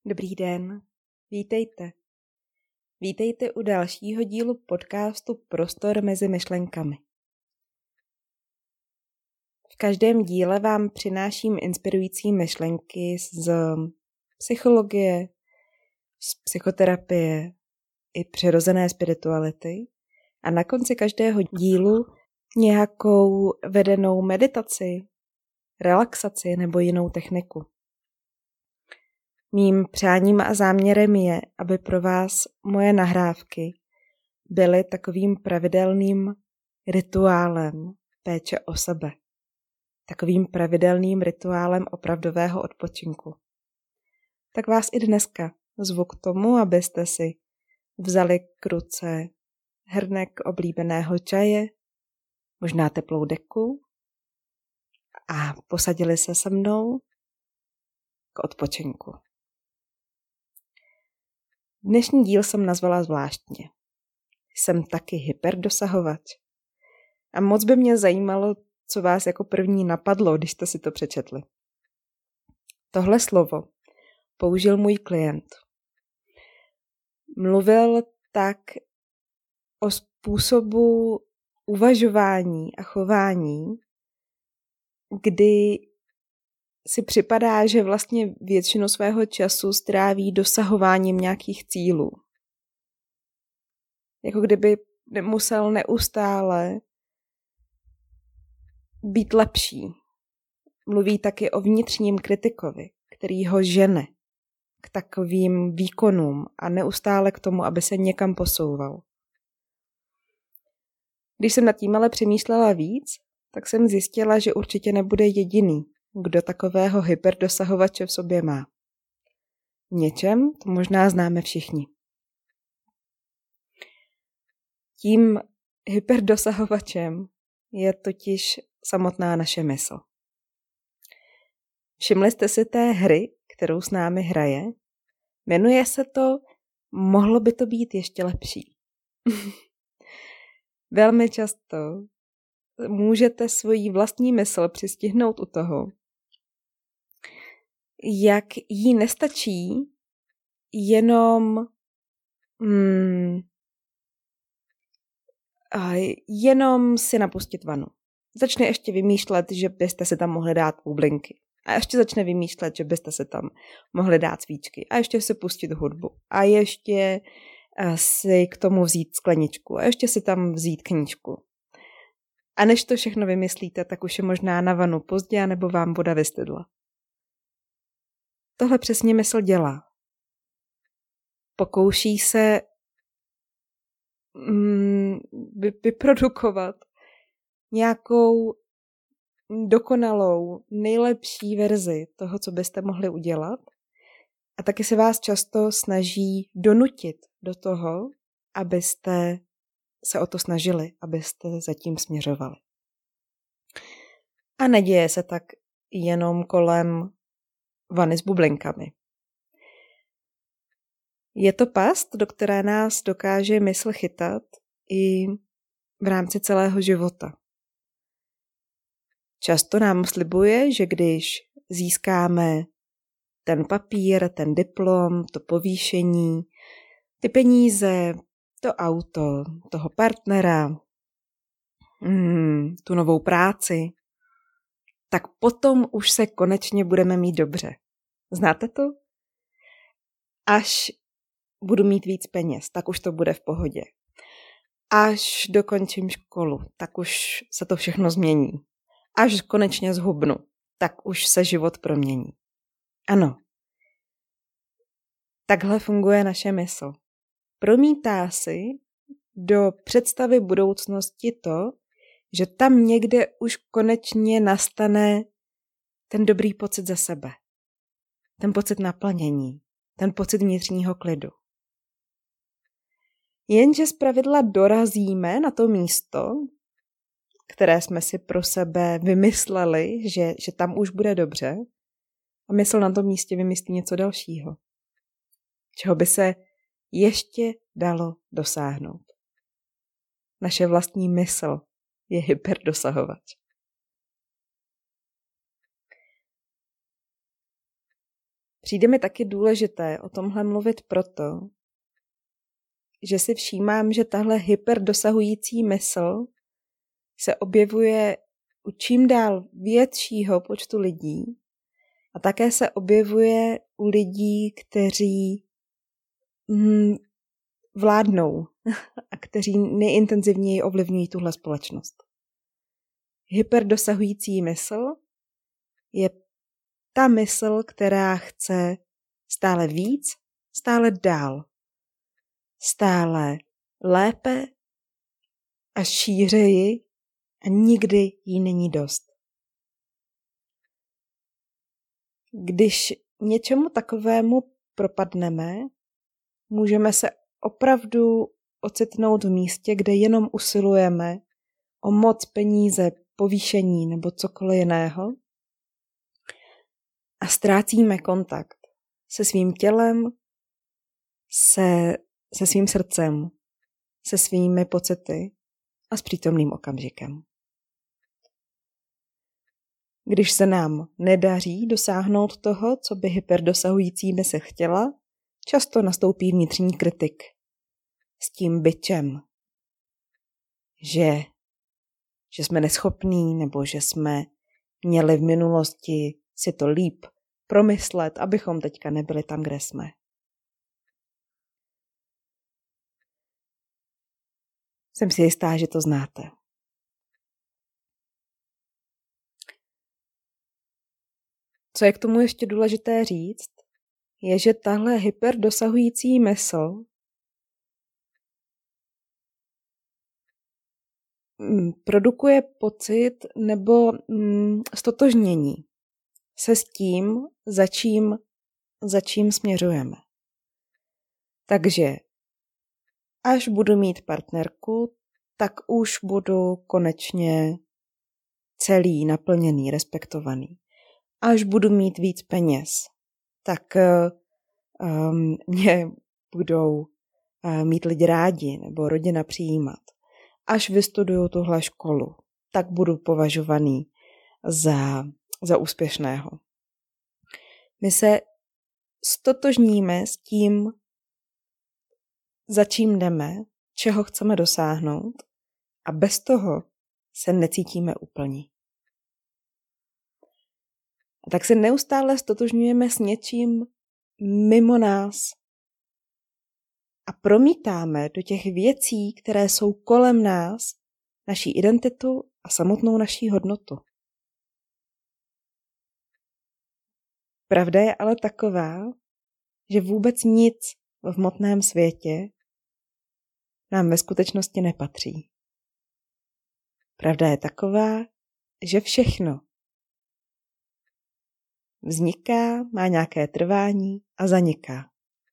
Dobrý den, vítejte. Vítejte u dalšího dílu podcastu Prostor mezi myšlenkami. V každém díle vám přináším inspirující myšlenky z psychologie, z psychoterapie i přirozené spirituality a na konci každého dílu nějakou vedenou meditaci, relaxaci nebo jinou techniku. Mým přáním a záměrem je, aby pro vás moje nahrávky byly takovým pravidelným rituálem péče o sebe. Takovým pravidelným rituálem opravdového odpočinku. Tak vás i dneska zvu k tomu, abyste si vzali k ruce hrnek oblíbeného čaje, možná teplou deku a posadili se se mnou k odpočinku. Dnešní díl jsem nazvala zvláštně. Jsem taky hyperdosahovač. A moc by mě zajímalo, co vás jako první napadlo, když jste si to přečetli. Tohle slovo použil můj klient. Mluvil tak o způsobu uvažování a chování, kdy si připadá, že vlastně většinu svého času stráví dosahováním nějakých cílů. Jako kdyby musel neustále být lepší. Mluví taky o vnitřním kritikovi, který ho žene k takovým výkonům a neustále k tomu, aby se někam posouval. Když jsem nad tím ale přemýšlela víc, tak jsem zjistila, že určitě nebude jediný, kdo takového hyperdosahovače v sobě má. V něčem to možná známe všichni. Tím hyperdosahovačem je totiž samotná naše mysl. Všimli jste si té hry, kterou s námi hraje? Jmenuje se to Mohlo by to být ještě lepší. Velmi často můžete svoji vlastní mysl přistihnout u toho, jak jí nestačí jenom si napustit vanu. Začne ještě vymýšlet, že byste si tam mohli dát bublinky. A ještě začne vymýšlet, že byste si tam mohli dát svíčky. A ještě si pustit hudbu. A ještě si k tomu vzít skleničku. A ještě si tam vzít knížku. A než to všechno vymyslíte, tak už je možná na vanu pozdě, nebo vám voda vystydla. Tohle přesně mysl dělá. Pokouší se vyprodukovat nějakou dokonalou, nejlepší verzi toho, co byste mohli udělat. A taky se vás často snaží donutit do toho, abyste se o to snažili, abyste zatím směřovali. A neděje se tak jenom kolem vany s bublinkami. Je to past, do které nás dokáže mysl chytat i v rámci celého života. Často nám slibuje, že když získáme ten papír, ten diplom, to povýšení, ty peníze, to auto, toho partnera, tu novou práci, tak potom už se konečně budeme mít dobře. Znáte to? Až budu mít víc peněz, tak už to bude v pohodě. Až dokončím školu, tak už se to všechno změní. Až konečně zhubnu, tak už se život promění. Ano. Takhle funguje naše mysl. Promítá si do představy budoucnosti to, že tam někde už konečně nastane ten dobrý pocit ze sebe. Ten pocit naplnění. Ten pocit vnitřního klidu. Jenže zpravidla dorazíme na to místo, které jsme si pro sebe vymysleli, že tam už bude dobře, a mysl na tom místě vymyslí něco dalšího, čeho by se ještě dalo dosáhnout. Naše vlastní mysl je hyperdosahovač. Přijde mi taky důležité o tomhle mluvit proto, že si všímám, že tahle hyperdosahující mysl se objevuje u čím dál většího počtu lidí a také se objevuje u lidí, kteří vládnou a kteří nejintenzivněji ovlivňují tuhle společnost. Hyperdosahující mysl je ta mysl, která chce stále víc, stále dál, stále lépe a šířeji a nikdy jí není dost. Když něčemu takovému propadneme, můžeme se opravdu ocitnout v místě, kde jenom usilujeme o moc, peníze, povýšení nebo cokoliv jiného a ztrácíme kontakt se svým tělem, se svým srdcem, se svými pocity a s přítomným okamžikem. Když se nám nedaří dosáhnout toho, co by hyperdosahující mysl chtěla, často nastoupí vnitřní kritik s tím bičem, že jsme neschopní nebo že jsme měli v minulosti si to líp promyslet, abychom teďka nebyli tam, kde jsme. Jsem si jistá, že to znáte. Co je k tomu ještě důležité říct, je, že tahle hyperdosahující mysl produkuje pocit nebo stotožnění se s tím, za čím směřujeme. Takže až budu mít partnerku, tak už budu konečně celý, naplněný, respektovaný. Až budu mít víc peněz, tak mě budou mít lidi rádi nebo rodina přijímat. Až vystuduju tuhle školu, tak budu považovaný za úspěšného. My se stotožníme s tím, za čím jdeme, čeho chceme dosáhnout a bez toho se necítíme úplně. A tak se neustále stotožňujeme s něčím mimo nás a promítáme do těch věcí, které jsou kolem nás, naší identitu a samotnou naší hodnotu. Pravda je ale taková, že vůbec nic v hmotném světě nám ve skutečnosti nepatří. Pravda je taková, že všechno vzniká, má nějaké trvání a zaniká.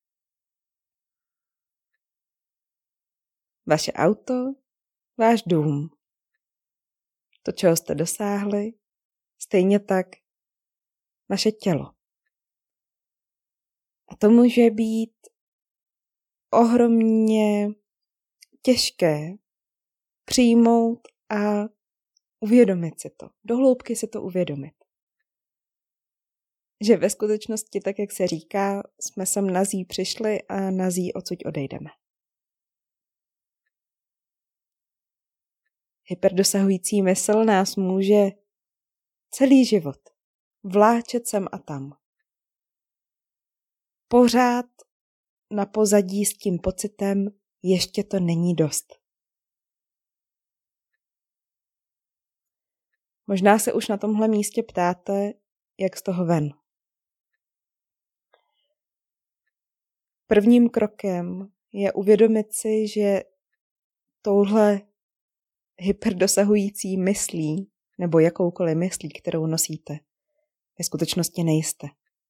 Vaše auto, váš dům, to, čeho jste dosáhli, stejně tak naše tělo. A to může být ohromně těžké přijmout a uvědomit si to. Do hloubky si to uvědomit. Že ve skutečnosti, tak jak se říká, jsme sem nazí přišli a nazí odsud odejdeme. Hyperdosahující mysl nás může celý život vláčet sem a tam. Pořád na pozadí s tím pocitem, ještě to není dost. Možná se už na tomhle místě ptáte, jak z toho ven. Prvním krokem je uvědomit si, že touhle hyperdosahující myslí, nebo jakoukoliv myslí, kterou nosíte, ve skutečnosti nejste.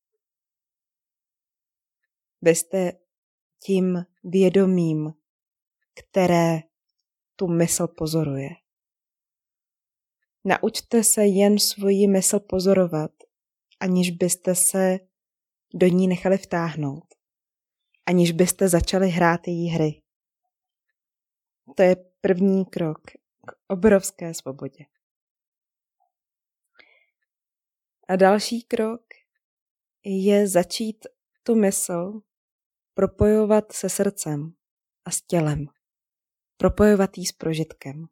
Vy jste tím vědomím, které tu mysl pozoruje. Naučte se jen svoji mysl pozorovat, aniž byste se do ní nechali vtáhnout. Aniž byste začali hrát její hry. To je první krok k obrovské svobodě. A další krok je začít tu mysl propojovat se srdcem a s tělem. Propojovat ji s prožitkem.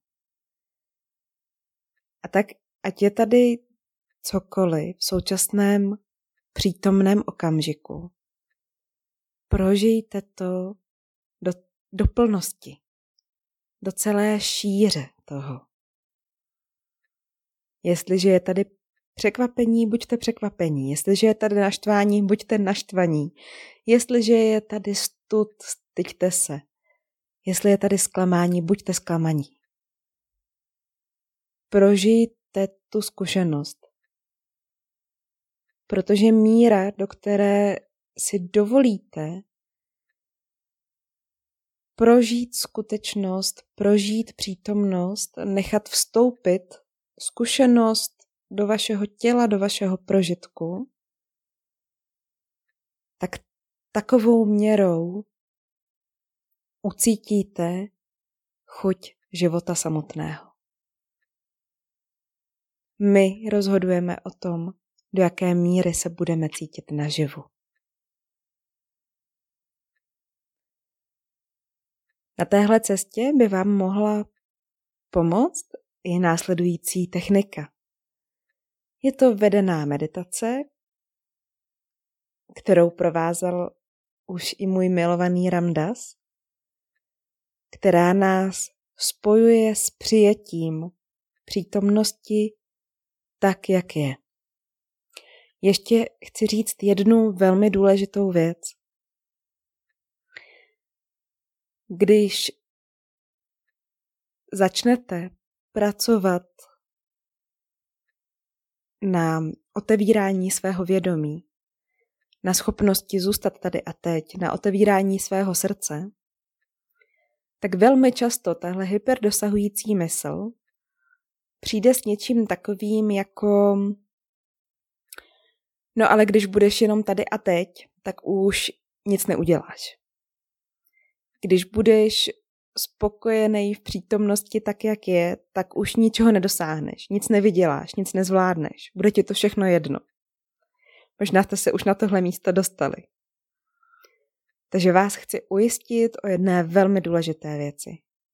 A tak, ať je tady cokoliv v současném přítomném okamžiku, prožijte to do plnosti, do celé šíře toho. Jestliže je tady překvapení, buďte překvapení. Jestliže je tady naštvání, buďte naštvaní. Jestliže je tady stud, styďte se. Jestli je tady zklamání, buďte zklamaní. Prožijte tu zkušenost. Protože míra, do které si dovolíte prožít skutečnost, prožít přítomnost, nechat vstoupit zkušenost do vašeho těla, do vašeho prožitku, tak takovou měrou ucítíte chuť života samotného. My rozhodujeme o tom, do jaké míry se budeme cítit naživu. Na téhle cestě by vám mohla pomoct i následující technika. Je to vedená meditace, kterou provázel už i můj milovaný Ram Dass, která nás spojuje s přijetím přítomnosti tak, jak je. Ještě chci říct jednu velmi důležitou věc. Když začnete pracovat na otevírání svého vědomí, na schopnosti zůstat tady a teď, na otevírání svého srdce, tak velmi často tahle hyperdosahující mysl přijde s něčím takovým jako no ale když budeš jenom tady a teď, tak už nic neuděláš. Když budeš spokojený v přítomnosti tak, jak je, tak už ničeho nedosáhneš, nic nevyděláš, nic nezvládneš. Bude ti to všechno jedno. Možná jste se už na tohle místo dostali. Takže vás chci ujistit o jedné velmi důležité věci.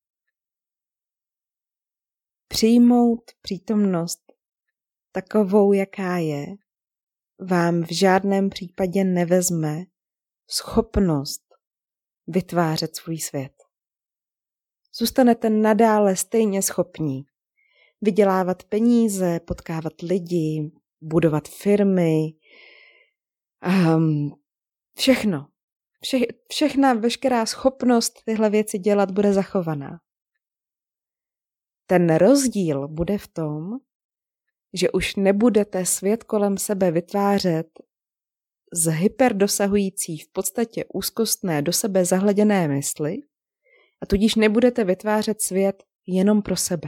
Přijmout přítomnost takovou, jaká je, vám v žádném případě nevezme schopnost vytvářet svůj svět. Zůstanete nadále stejně schopní vydělávat peníze, potkávat lidi, budovat firmy, všechno. Veškerá schopnost tyhle věci dělat bude zachovaná. Ten rozdíl bude v tom, že už nebudete svět kolem sebe vytvářet z hyperdosahující, v podstatě úzkostné, do sebe zahleděné mysli a tudíž nebudete vytvářet svět jenom pro sebe.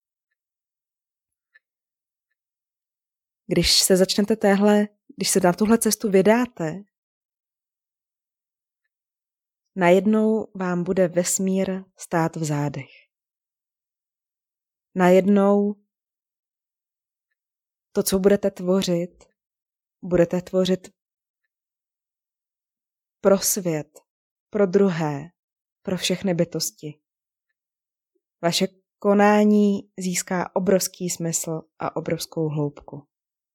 Když se na tuhle cestu vydáte, najednou vám bude vesmír stát v zádech. Najednou to, co budete tvořit pro svět, pro druhé, pro všechny bytosti. Vaše konání získá obrovský smysl a obrovskou hloubku.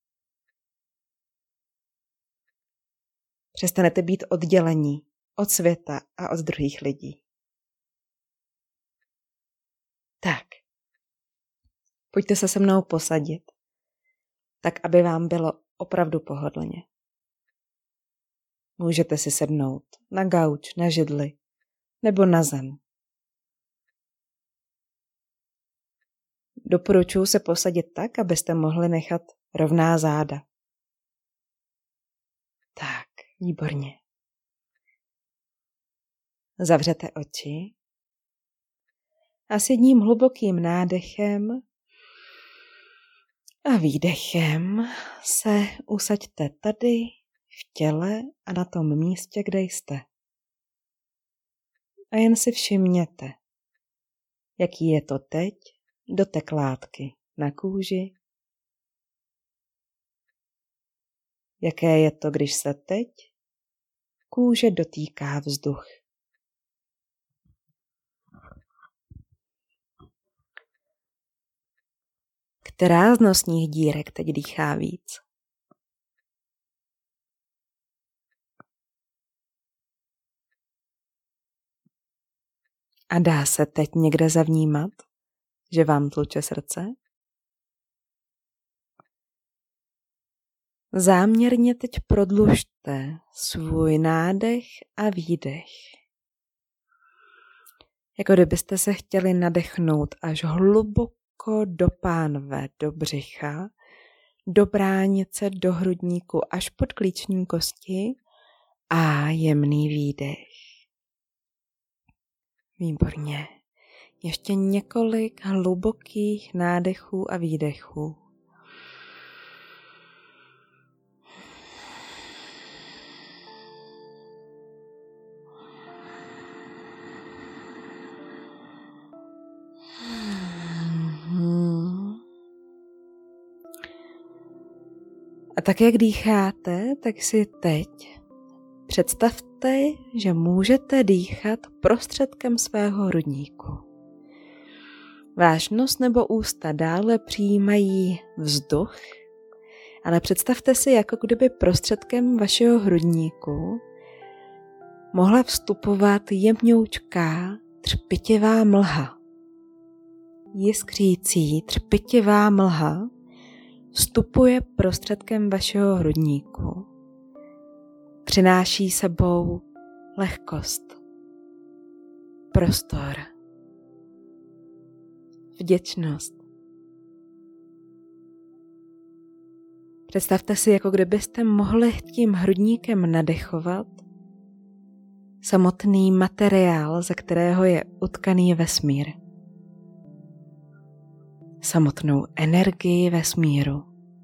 Přestanete být oddělení od světa a od druhých lidí. Tak, pojďte se mnou posadit, tak aby vám bylo opravdu pohodlně. Můžete si sednout na gauč, na židli nebo na zem. Doporučuji se posadit tak, abyste mohli nechat rovná záda. Tak, výborně. Zavřete oči a s jedním hlubokým nádechem a výdechem se usaďte tady v těle a na tom místě, kde jste. A jen si všimněte, jaký je to teď dotek látky na kůži, jaké je to, když se teď kůže dotýká vzduch. Která z nosních dírek teď dýchá víc? A dá se teď někde zavnímat, že vám tluče srdce? Záměrně teď prodlužte svůj nádech a výdech. Jako kdybyste se chtěli nadechnout až hluboko do pánve, do břicha, do bránice, do hrudníku, až pod klíční kosti a jemný výdech. Výborně. Ještě několik hlubokých nádechů a výdechů. A tak, jak dýcháte, tak si teď představte, že můžete dýchat prostředkem svého hrudníku. Váš nos nebo ústa dále přijímají vzduch, ale představte si, jako kdyby prostředkem vašeho hrudníku mohla vstupovat jemňoučká, třpitivá mlha. Jiskřící, třpitivá mlha vstupuje prostředkem vašeho hrudníku. Přináší sebou lehkost, prostor, vděčnost. Představte si, jako kdybyste mohli tím hrudníkem nadechovat samotný materiál, ze kterého je utkaný vesmír. Samotnou energii vesmíru.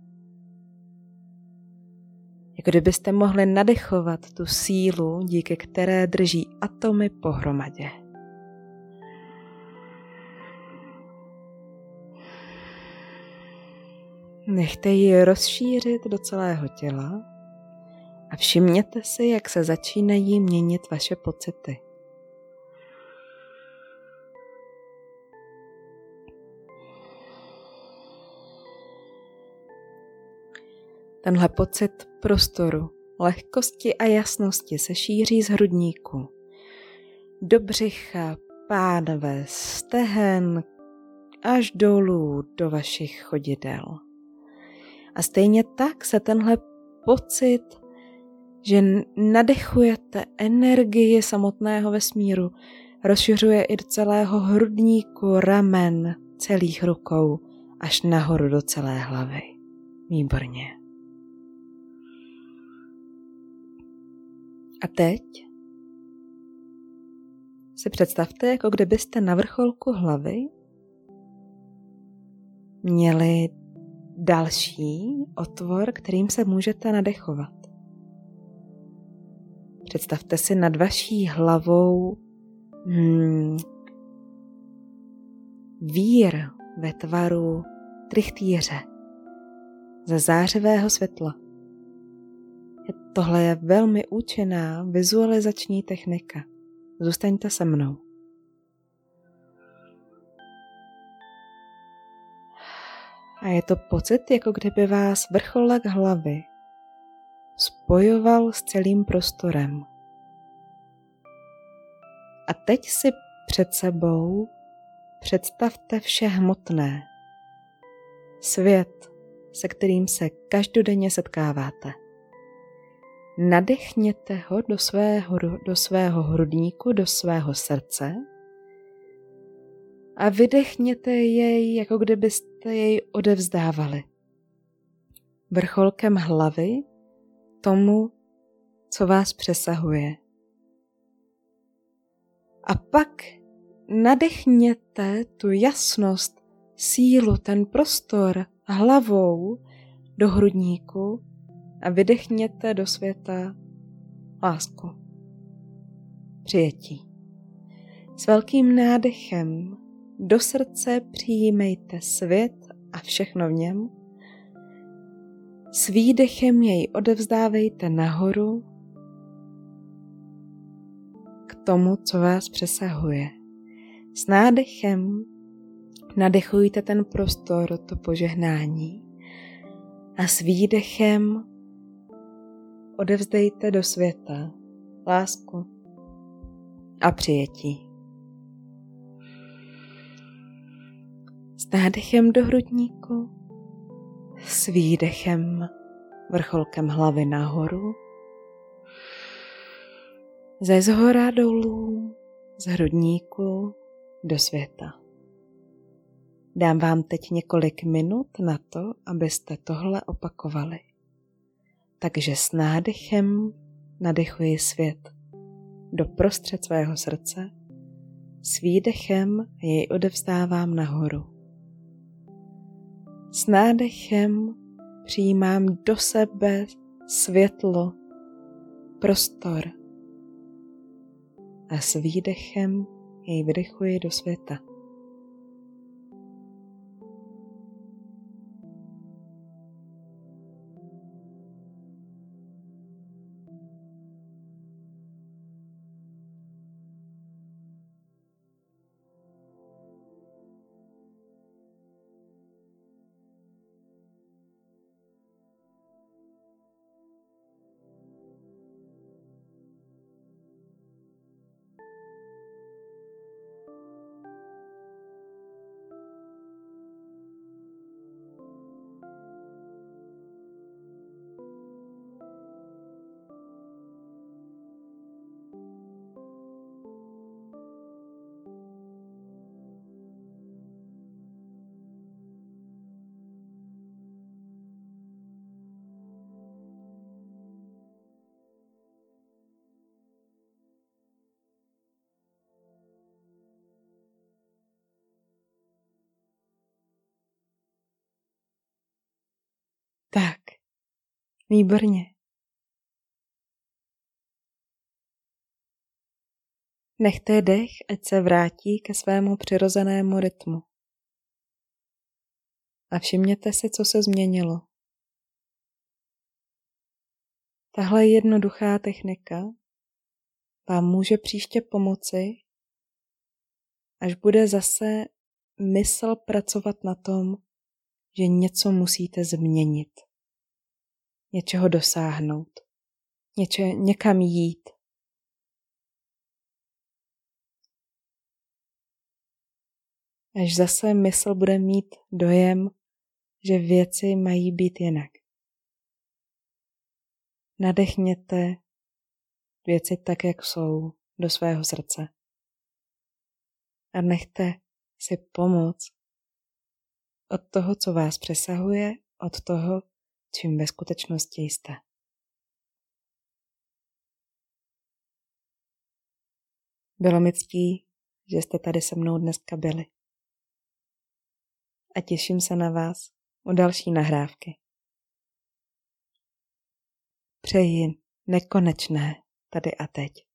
Jako kdybyste mohli nadechovat tu sílu, díky které drží atomy pohromadě. Nechte ji rozšířit do celého těla a všimněte si, jak se začínají měnit vaše pocity. Tenhle pocit prostoru, lehkosti a jasnosti se šíří z hrudníku do břicha, pánve, stehen až dolů do vašich chodidel. A stejně tak se tenhle pocit, že nadechujete energii samotného vesmíru, rozšiřuje i do celého hrudníku, ramen, celých rukou, až nahoru do celé hlavy. Výborně. A teď si představte, jako kdybyste na vrcholku hlavy měli další otvor, kterým se můžete nadechovat. Představte si nad vaší hlavou vír ve tvaru trichtýře ze zářivého světla. Tohle je velmi účinná vizualizační technika. Zůstaňte se mnou. A je to pocit, jako kdyby vás vrcholek hlavy spojoval s celým prostorem. A teď si před sebou představte vše hmotné. Svět, se kterým se každodenně setkáváte. Nadechněte ho do svého hrudníku, do svého srdce a vydechněte jej, jako kdybyste jej odevzdávali. Vrcholkem hlavy tomu, co vás přesahuje. A pak nadechněte tu jasnost, sílu, ten prostor hlavou do hrudníku a vydechněte do světa lásku, přijetí. S velkým nádechem do srdce přijímejte svět a všechno v něm. S výdechem jej odevzdávejte nahoru k tomu, co vás přesahuje. S nádechem nadechujte ten prostor, to požehnání a s výdechem odevzdejte do světa lásku a přijetí. S nádechem do hrudníku, s výdechem vrcholkem hlavy nahoru, ze zhora dolů, z hrudníku do světa. Dám vám teď několik minut na to, abyste tohle opakovali. Takže s nádechem nadechuji svět do prostřed svého srdce, s výdechem jej odevzdávám nahoru. S nádechem přijímám do sebe světlo, prostor a s výdechem jej vydechuji do světa. Tak, výborně. Nechte dech, ať se vrátí ke svému přirozenému rytmu. A všimněte si, co se změnilo. Tahle jednoduchá technika vám může příště pomoci, až bude zase mysl pracovat na tom, že něco musíte změnit, něčeho dosáhnout, někam jít. Až zase mysl bude mít dojem, že věci mají být jinak. Nadechněte věci tak, jak jsou, do svého srdce. A nechte si pomoct od toho, co vás přesahuje, od toho, čím ve skutečnosti jste. Bylo mi ctí, že jste tady se mnou dneska byli. A těším se na vás u další nahrávky. Přeji nekonečné tady a teď.